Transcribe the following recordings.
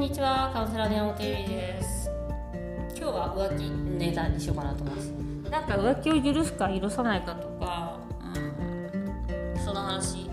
にちは、カウンセラーの山本ゆりです。今日は浮気ネタにしようかなと思います。なんか浮気を許すか許さないかとか、その話。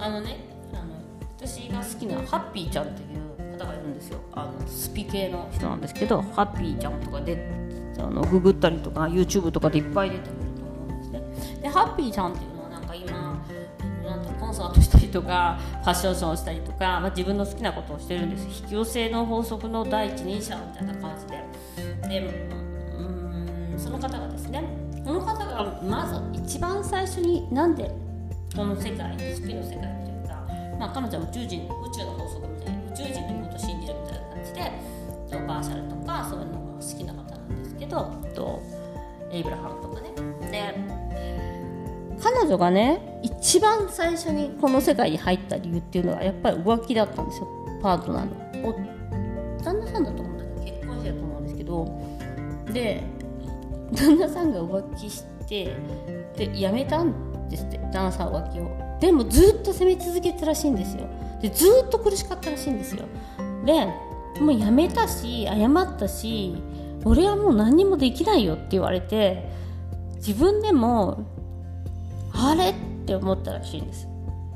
私が好きなハッピーちゃんっていう方がいるんですよ。スピ系の人なんですけど、ハッピーちゃんとかでググったりとか YouTube とかでいっぱい出てくると思うんですね。で、ハッピーちゃんっていうのはなんか今コンサートしたりとかファッションショーをしたりとか、自分の好きなことをしてるんです。引き寄せの法則の第一人者みたいな感じで、その方がですね、この方がまず一番最初になんでこの世界、スピの世界っていうか、彼女は宇宙の法則みたいな、宇宙人のことを信じるみたいな感じで、バーシャルとかそういうのが好きな方なんですけど、エイブラハムとかね。で、彼女がね、一番最初にこの世界に入った理由っていうのはやっぱり浮気だったんですよ。パートナーの旦那さんだと思うんだけど、結婚してたと思うんですけど、で旦那さんが浮気してで辞めたんですって。旦那さんは浮気をでもずっと責め続けてたらしいんですよ。でずっと苦しかったらしいんですよ。でもう辞めたし謝ったし、俺はもう何にもできないよって言われて、自分でもあれって思ったらしいんです。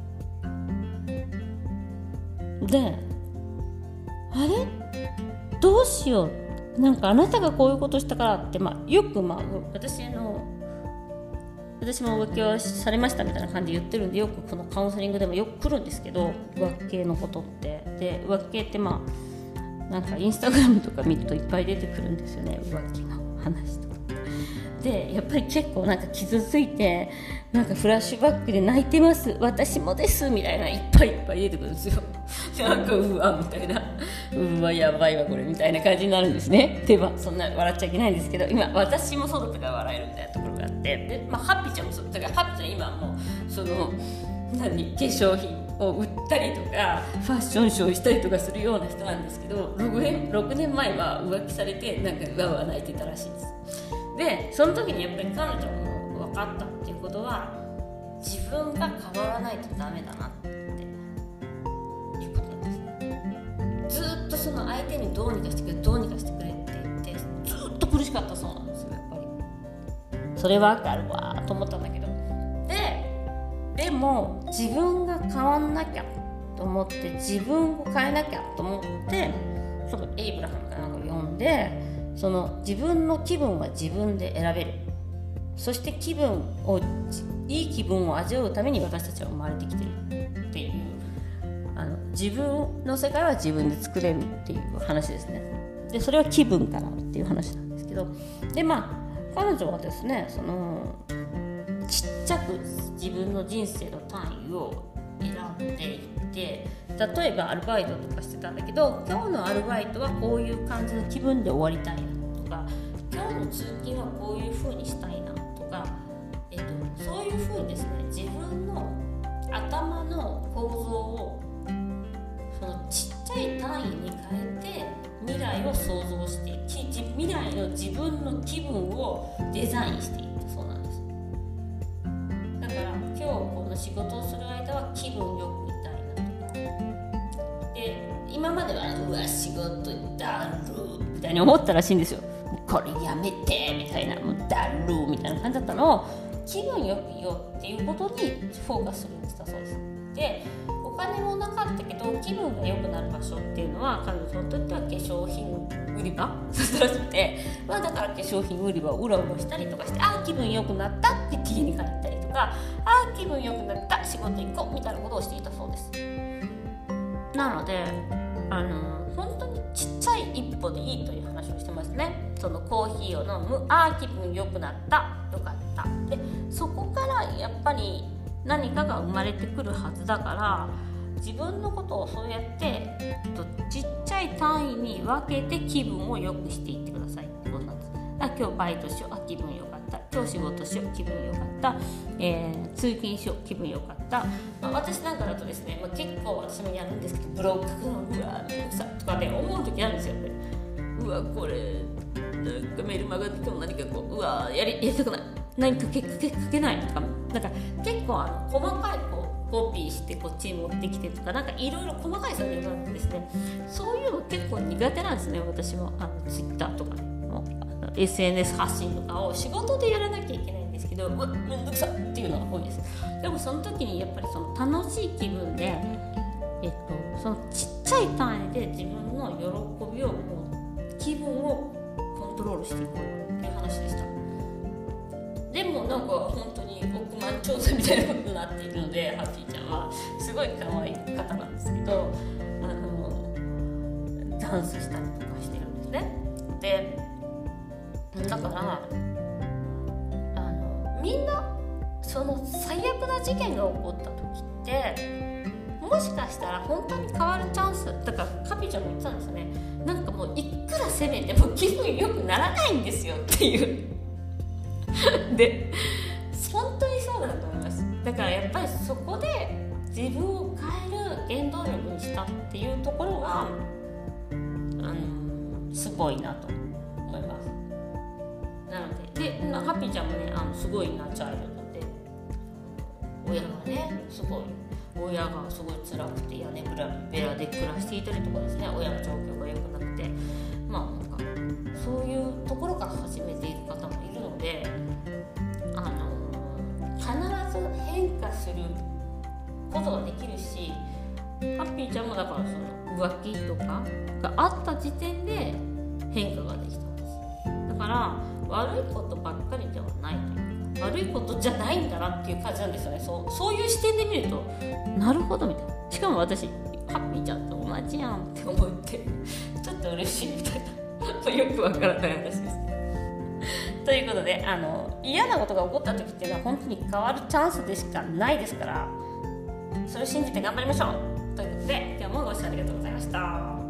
で、あれどうしよう、なんかあなたがこういうことしたからって、よく私も浮気をされましたみたいな感じで言ってるんで、よくこのカウンセリングでもよく来るんですけど、浮気系のことって。で、浮気系ってなんかインスタグラムとか見るといっぱい出てくるんですよね、浮気の話とかで。やっぱり結構なんか傷ついて、なんかフラッシュバックで泣いてます、私もですみたいな、いっぱい出てくるんですよ。なんかうわみたいな、うわやばいわこれみたいな感じになるんですね。でそんな笑っちゃいけないんですけど、今私もそうだったから笑えるみたいなところがあって、で、ハッピーちゃんもそうだから、ハッピーちゃん今もう化粧品を売ったりとかファッションショーしたりとかするような人なんですけど、6年前は浮気されてなんかうわうわ泣いてたらしいです。でその時にやっぱり彼女も分かったっていうことは、自分が変わらないとダメだなっていうことなんですね。ずっとその相手にどうにかしてくれどうにかしてくれって言ってずっと苦しかったそうなんですよ。やっぱりそれは分かるわと思ったんだけど、でも自分が変わんなきゃと思って、自分を変えなきゃと思って、そのエイブラハムかなんかを読んで、その自分の気分は自分で選べる、そしていい気分を味わうために私たちは生まれてきてるっていう、自分の世界は自分で作れるっていう話ですね。でそれは気分からっていう話なんですけど、で彼女はですね、ちっちゃく自分の人生の単位を選んでいって、例えばアルバイトとかしてたんだけど、今日のアルバイトはこういう感じの気分で終わりたいなとか、今日の通勤はこういう風にしたいなとか、そういう風にですね、自分の頭の構造をそのちっちゃい単位に変えて未来を想像して、未来の自分の気分をデザインしていったそうなんです。だから今日この仕事をする間は気分よくいたいなとかで、今まではうわ仕事だるみたいに思ったらしいんですよ。これやめてみたいな、もうだるみたいな感じだったのを、気分よくいようっていうことにフォーカスするようにしたそうです。で、お金もなかったけど気分が良くなる場所っていうのは、彼女にとっては化粧品売り場だったらしくて、だから化粧品売り場をうろうろしたりとかして、気分良くなったって家に帰ったりとか、気分良くなった仕事行こうみたいなことをしていたそうです。なので本当にちっちゃい一歩でいいという話をしてますね。そのコーヒーを飲む、気分良くなった、よかった。でそこからやっぱり何かが生まれてくるはずだから、自分のことをそうやってちっちゃい単位に分けて気分を良くしていってくださいってことなんです。今日バイトしよう、気分良かった。今日仕事しよう、気分良かった。通勤しよう、気分良かった。私なんかだとですね、結構私もやるんですけど、ブログ書くのうわめんどくさとかね思う時あるんですよ。うわこれなんかメールマガでも何かうわやりたくない、 何か書けないとか、なんか結構細かいコピーしてこっちに持ってきてとか、なんかいろいろ細かい作業があってですね、そういうの結構苦手なんですね。私もツイッターとかのSNS 発信とかを仕事でやらなきゃいけないんですけど、めんどくさっていうのが多いです。でもその時にやっぱりその楽しい気分で、そのちっちゃい単位で自分の喜びを気分をコントロールしていこうっていう話でした。でもなんか本当に億万長者みたいなことになっているので、ハッピーちゃんはすごい可愛い方なんですけど、ダンスしたりとかしてるんですね。でだからみんなその最悪な事件が起こった時ってもしかしたら本当に変わるチャンスだから、カピちゃんも言ってたんですよね。なんかもういくら責めても気分良くならないんですよっていうで本当にそうだと思います。だからやっぱりそこで自分を変える原動力にしたっていうところがすごいなと思います。なのでハッピーちゃんもねすごいなチャイルドで、親がねすごい辛くて屋根べらで暮らしていたりとかですね、親の状況が良くなくて、なんかそういうところから始めていく方もいるので、必ず変化することができるし、ハッピーちゃんもだからその浮気とかがあった時点で変化ができたんです。だから悪いことばっかりではないというか、悪いことじゃないんだなっていう感じなんですよね。そういう視点で見るとなるほどみたいな。しかも私ハッピーちゃんと同じやんって思ってちょっと嬉しいみたいなよくわからない話ですということで嫌なことが起こった時っていうのは本当に変わるチャンスでしかないですから、それを信じて頑張りましょうということで、今日もご視聴ありがとうございました。